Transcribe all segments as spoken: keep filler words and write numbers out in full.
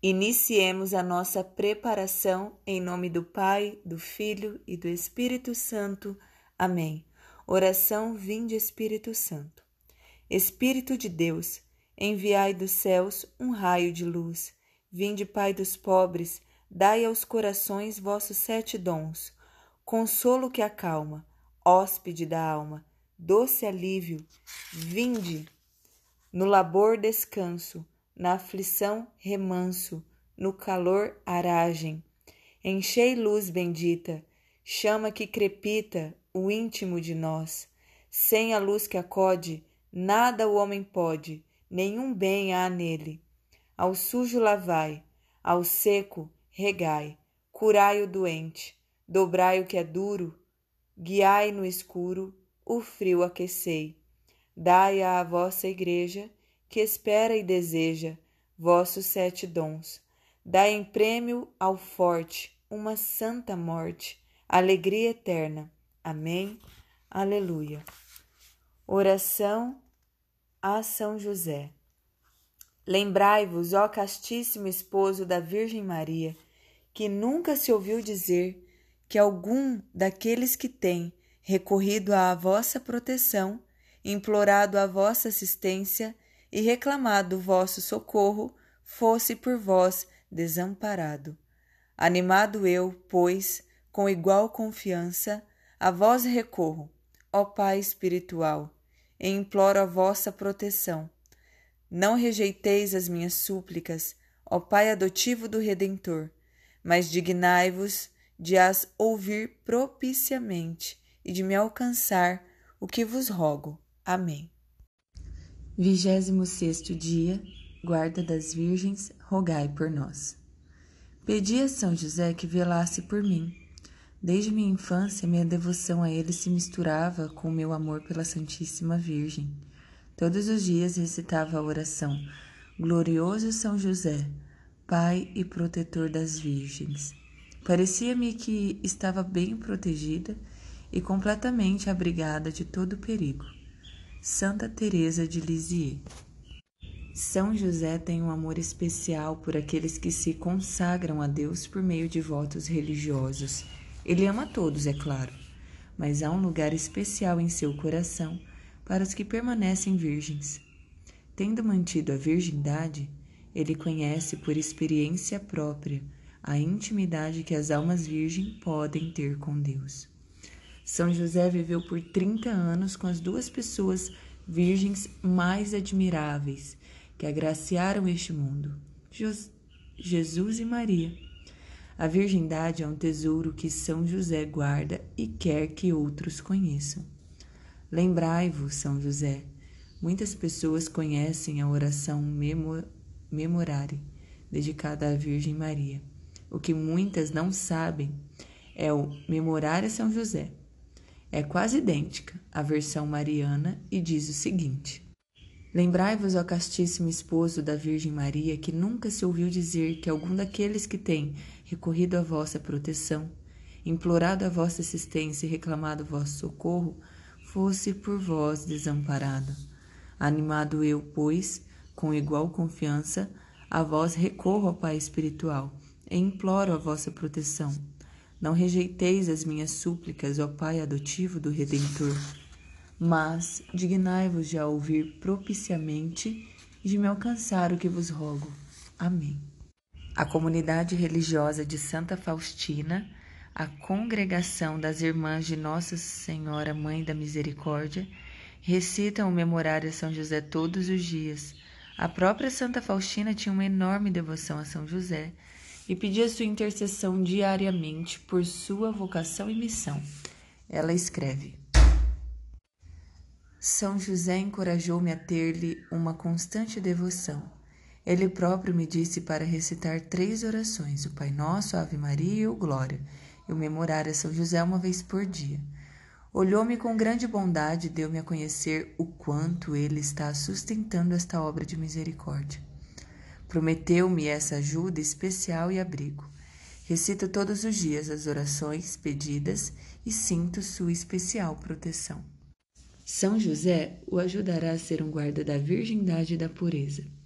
Iniciemos a nossa preparação em nome do Pai, do Filho e do Espírito Santo. Amém. Oração Vinde Espírito Santo. Espírito de Deus, enviai dos céus um raio de luz. Vinde, Pai dos pobres, dai aos corações vossos sete dons. Consolo que acalma, hóspede da alma, doce alívio. Vinde, no labor descanso, na aflição remanso, no calor aragem. Enchei luz bendita, chama que crepita o íntimo de nós. Sem a luz que acode, nada o homem pode, nenhum bem há nele. Ao sujo lavai, ao seco regai, curai o doente, dobrai o que é duro, guiai no escuro, o frio aquecei. Dai à vossa igreja, que espera e deseja vossos sete dons. Dai em prêmio ao forte uma santa morte, alegria eterna. Amém. Aleluia. Oração a São José. Lembrai-vos, ó castíssimo esposo da Virgem Maria, que nunca se ouviu dizer que algum daqueles que têm recorrido à vossa proteção, implorado a vossa assistência e reclamado o vosso socorro, fosse por vós desamparado. Animado eu, pois, com igual confiança, a vós recorro, ó Pai espiritual, e imploro a vossa proteção. Não rejeiteis as minhas súplicas, ó Pai adotivo do Redentor, mas dignai-vos de as ouvir propiciamente e de me alcançar o que vos rogo. Amém. Vigésimo sexto dia, guarda das virgens, rogai por nós. Pedi a São José que velasse por mim. Desde minha infância, minha devoção a ele se misturava com o meu amor pela Santíssima Virgem. Todos os dias recitava a oração: Glorioso São José, Pai e protetor das virgens. Parecia-me que estava bem protegida e completamente abrigada de todo perigo. Santa Teresa de Lisieux. São José tem um amor especial por aqueles que se consagram a Deus por meio de votos religiosos. Ele ama todos, é claro, mas há um lugar especial em seu coração para os que permanecem virgens. Tendo mantido a virgindade, ele conhece por experiência própria a intimidade que as almas virgens podem ter com Deus. São José viveu por trinta anos com as duas pessoas virgens mais admiráveis que agraciaram este mundo, Jesus e Maria. A virgindade é um tesouro que São José guarda e quer que outros conheçam. Lembrai-vos, São José, muitas pessoas conhecem a oração Memorare, dedicada à Virgem Maria. O que muitas não sabem é o Memorare a São José. É quase idêntica à versão mariana e diz o seguinte: Lembrai-vos, ó castíssimo esposo da Virgem Maria, que nunca se ouviu dizer que algum daqueles que têm recorrido à vossa proteção, implorado a vossa assistência e reclamado vosso socorro, fosse por vós desamparado. Animado eu, pois, com igual confiança, a vós recorro, ó Pai espiritual, e imploro a vossa proteção. Não rejeiteis as minhas súplicas, ó Pai adotivo do Redentor, mas dignai-vos de a ouvir propiciamente e de me alcançar o que vos rogo. Amém. A comunidade religiosa de Santa Faustina, a congregação das Irmãs de Nossa Senhora Mãe da Misericórdia, recitam o Memorário a São José todos os dias. A própria Santa Faustina tinha uma enorme devoção a São José e pedia sua intercessão diariamente por sua vocação e missão. Ela escreve: São José encorajou-me a ter-lhe uma constante devoção. Ele próprio me disse para recitar três orações, o Pai Nosso, a Ave Maria e o Glória, e o Memorário a São José uma vez por dia. Olhou-me com grande bondade e deu-me a conhecer o quanto ele está sustentando esta obra de misericórdia. Prometeu-me essa ajuda especial e abrigo. Recito todos os dias as orações pedidas e sinto sua especial proteção. São José o ajudará a ser um guarda da virgindade e da pureza.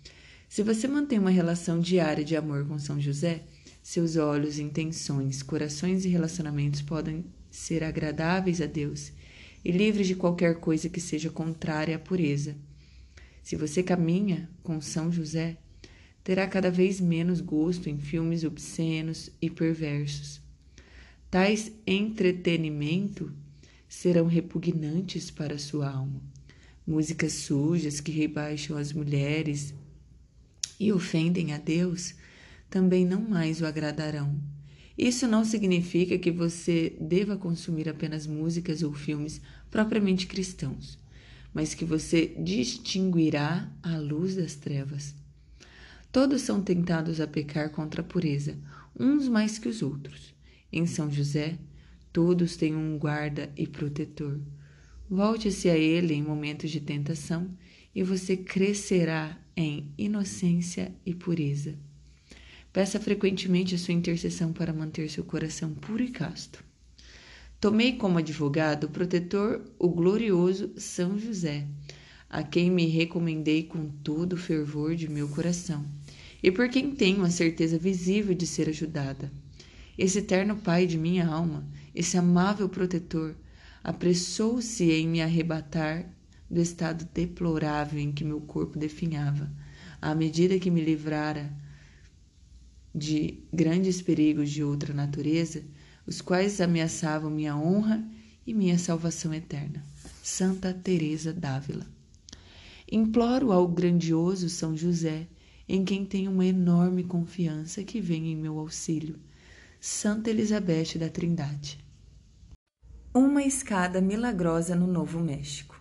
Se você mantém uma relação diária de amor com São José, seus olhos, intenções, corações e relacionamentos podem ser agradáveis a Deus e livres de qualquer coisa que seja contrária à pureza. Se você caminha com São José, terá cada vez menos gosto em filmes obscenos e perversos. Tais entretenimento serão repugnantes para sua alma. Músicas sujas que rebaixam as mulheres e ofendem a Deus também não mais o agradarão. Isso não significa que você deva consumir apenas músicas ou filmes propriamente cristãos, mas que você distinguirá a luz das trevas. Todos são tentados a pecar contra a pureza, uns mais que os outros. Em São José, todos têm um guarda e protetor. Volte-se a ele em momentos de tentação e você crescerá em inocência e pureza. Peça frequentemente a sua intercessão para manter seu coração puro e casto. Tomei como advogado o protetor, o glorioso São José, a quem me recomendei com todo o fervor de meu coração, e por quem tenho a certeza visível de ser ajudada. Esse eterno Pai de minha alma, esse amável protetor, apressou-se em me arrebatar do estado deplorável em que meu corpo definhava, à medida que me livrara de grandes perigos de outra natureza, os quais ameaçavam minha honra e minha salvação eterna. Santa Teresa d'Ávila. Imploro ao grandioso São José, em quem tenho uma enorme confiança, que venha em meu auxílio. Santa Elizabeth da Trindade. Uma escada milagrosa no Novo México.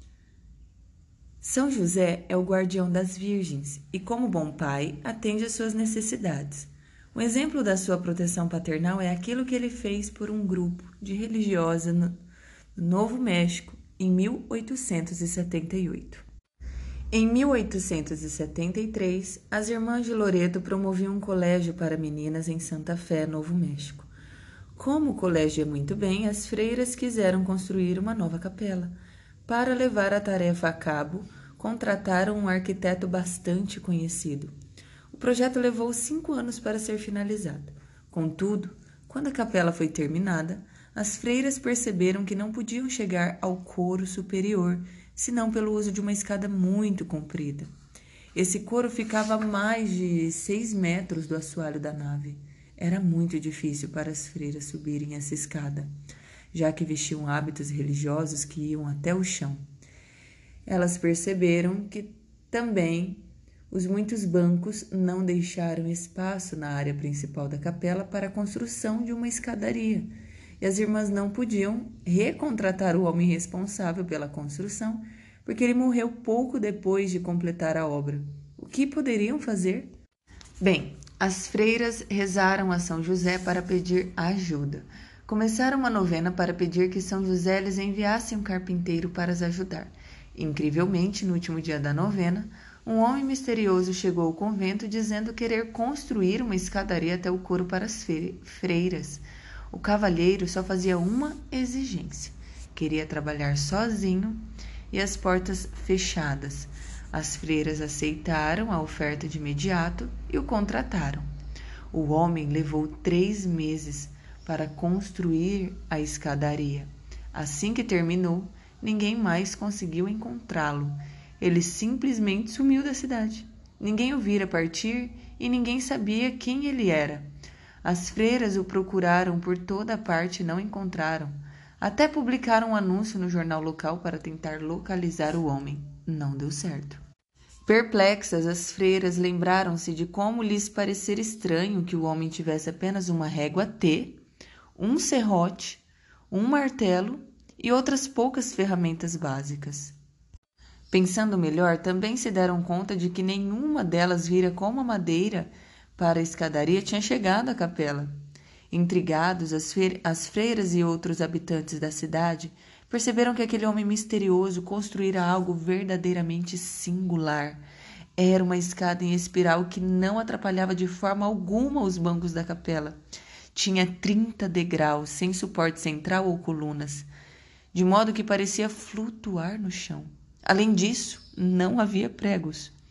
São José é o guardião das virgens e, como bom pai, atende às suas necessidades. Um exemplo da sua proteção paternal é aquilo que ele fez por um grupo de religiosas no Novo México em mil oitocentos e setenta e oito. Em mil oitocentos e setenta e três, as Irmãs de Loreto promoviam um colégio para meninas em Santa Fé, Novo México. Como o colégio ia muito bem, as freiras quiseram construir uma nova capela. Para levar a tarefa a cabo, contrataram um arquiteto bastante conhecido. O projeto levou cinco anos para ser finalizado. Contudo, quando a capela foi terminada, as freiras perceberam que não podiam chegar ao coro superior, senão pelo uso de uma escada muito comprida. Esse coro ficava a mais de seis metros do assoalho da nave. Era muito difícil para as freiras subirem essa escada, já que vestiam hábitos religiosos que iam até o chão. Elas perceberam que também os muitos bancos não deixaram espaço na área principal da capela para a construção de uma escadaria, e as irmãs não podiam recontratar o homem responsável pela construção, porque ele morreu pouco depois de completar a obra. O que poderiam fazer? Bem, as freiras rezaram a São José para pedir ajuda. Começaram uma novena para pedir que São José lhes enviasse um carpinteiro para as ajudar. Incrivelmente, no último dia da novena, um homem misterioso chegou ao convento dizendo querer construir uma escadaria até o coro para as freiras. O cavalheiro só fazia uma exigência: queria trabalhar sozinho e as portas fechadas. As freiras aceitaram a oferta de imediato e o contrataram. O homem levou três meses para construir a escadaria. Assim que terminou, ninguém mais conseguiu encontrá-lo. Ele simplesmente sumiu da cidade. Ninguém o vira partir e ninguém sabia quem ele era. As freiras o procuraram por toda parte e não encontraram. Até publicaram um anúncio no jornal local para tentar localizar o homem. Não deu certo. Perplexas, as freiras lembraram-se de como lhes parecer estranho que o homem tivesse apenas uma régua T, um serrote, um martelo e outras poucas ferramentas básicas. Pensando melhor, também se deram conta de que nenhuma delas vira como a madeira para a escadaria tinha chegado à capela. Intrigados, as, as freiras e outros habitantes da cidade perceberam que aquele homem misterioso construíra algo verdadeiramente singular. Era uma escada em espiral que não atrapalhava de forma alguma os bancos da capela. Tinha trinta degraus, sem suporte central ou colunas, de modo que parecia flutuar no chão. Além disso, não havia pregos.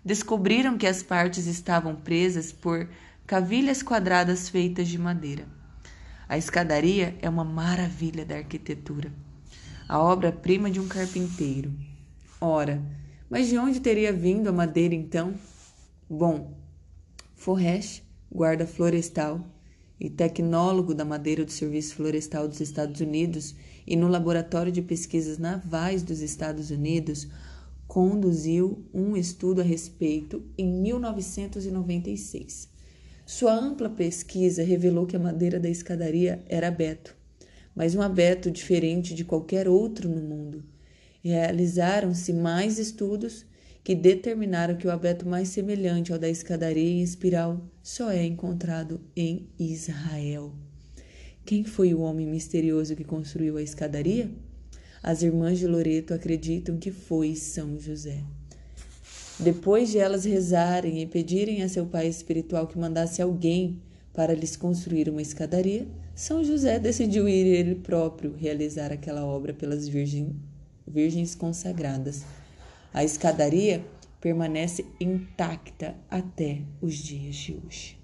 descobriram que as partes estavam presas por cavilhas quadradas feitas de madeira. A escadaria é uma maravilha da arquitetura, a obra-prima de um carpinteiro. Ora, mas de onde teria vindo a madeira então? Bom, Forrest, guarda florestal e tecnólogo da madeira do Serviço Florestal dos Estados Unidos e no Laboratório de Pesquisas Navais dos Estados Unidos, conduziu um estudo a respeito em mil novecentos e noventa e seis. Sua ampla pesquisa revelou que a madeira da escadaria era abeto, mas um abeto diferente de qualquer outro no mundo. Realizaram-se mais estudos que determinaram que o abeto mais semelhante ao da escadaria em espiral só é encontrado em Israel. Quem foi o homem misterioso que construiu a escadaria? As irmãs de Loreto acreditam que foi São José. Depois de elas rezarem e pedirem a seu pai espiritual que mandasse alguém para lhes construir uma escadaria, São José decidiu ir ele próprio realizar aquela obra pelas virgem, virgens consagradas. A escadaria permanece intacta até os dias de hoje.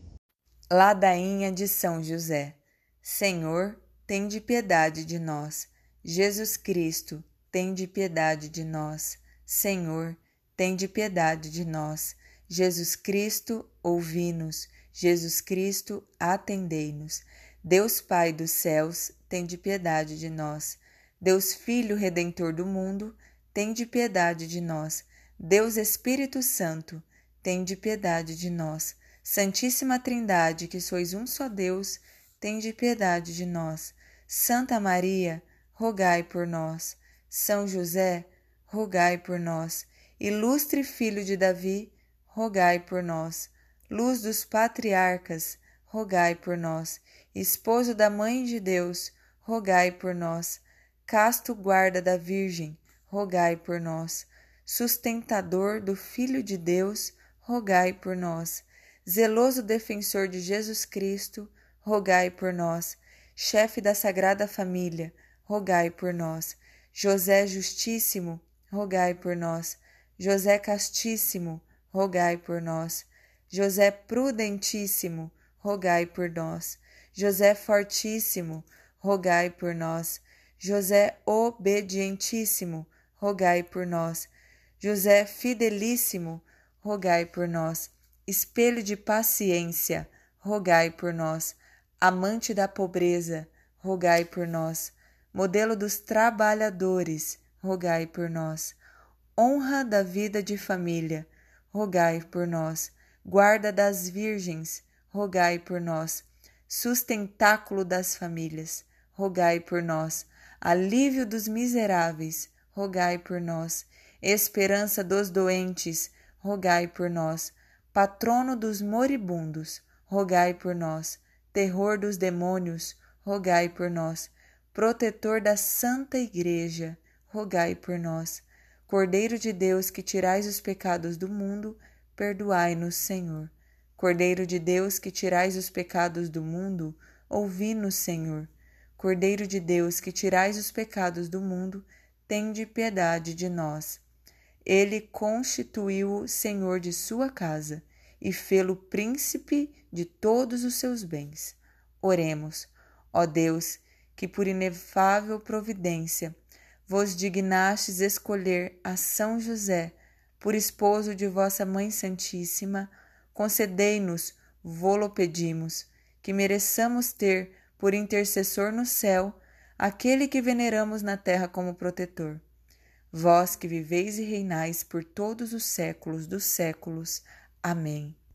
Ladainha de São José. Senhor, tende piedade de nós. Jesus Cristo, tende piedade de nós. Senhor, tende piedade de nós. Jesus Cristo, ouvi-nos. Jesus Cristo, atendei-nos. Deus Pai dos céus, tende piedade de nós. Deus Filho Redentor do mundo, tende piedade de nós. Deus Espírito Santo, tende piedade de nós. Santíssima Trindade, que sois um só Deus, tende piedade de nós. Santa Maria, rogai por nós. São José, rogai por nós. Ilustre Filho de Davi, rogai por nós. Luz dos patriarcas, rogai por nós. Esposo da Mãe de Deus, rogai por nós. Casto guarda da Virgem, rogai por nós. Sustentador do Filho de Deus, rogai por nós. Zeloso defensor de Jesus Cristo, rogai por nós. Chefe da Sagrada Família, rogai por nós. José Justíssimo, rogai por nós. José Castíssimo, rogai por nós. José Prudentíssimo, rogai por nós. José Fortíssimo, rogai por nós. José Obedientíssimo, rogai por nós. José Fidelíssimo, rogai por nós. Espelho de paciência, rogai por nós. Amante da pobreza, rogai por nós. Modelo dos trabalhadores, rogai por nós. Honra da vida de família, rogai por nós. Guarda das virgens, rogai por nós. Sustentáculo das famílias, rogai por nós. Alívio dos miseráveis, rogai por nós. Esperança dos doentes, rogai por nós. Patrono dos moribundos, rogai por nós. Terror dos demônios, rogai por nós. Protetor da Santa Igreja, rogai por nós. Cordeiro de Deus, que tirais os pecados do mundo, perdoai-nos, Senhor. Cordeiro de Deus, que tirais os pecados do mundo, ouvi-nos, Senhor. Cordeiro de Deus, que tirais os pecados do mundo, tende piedade de nós. Ele constituiu-o senhor de sua casa e fê-lo príncipe de todos os seus bens. Oremos, ó Deus, que por inefável providência vos dignastes escolher a São José por esposo de vossa Mãe Santíssima, concedei-nos, vô-lo pedimos, que mereçamos ter por intercessor no céu aquele que veneramos na terra como protetor. Vós que viveis e reinais por todos os séculos dos séculos. Amém.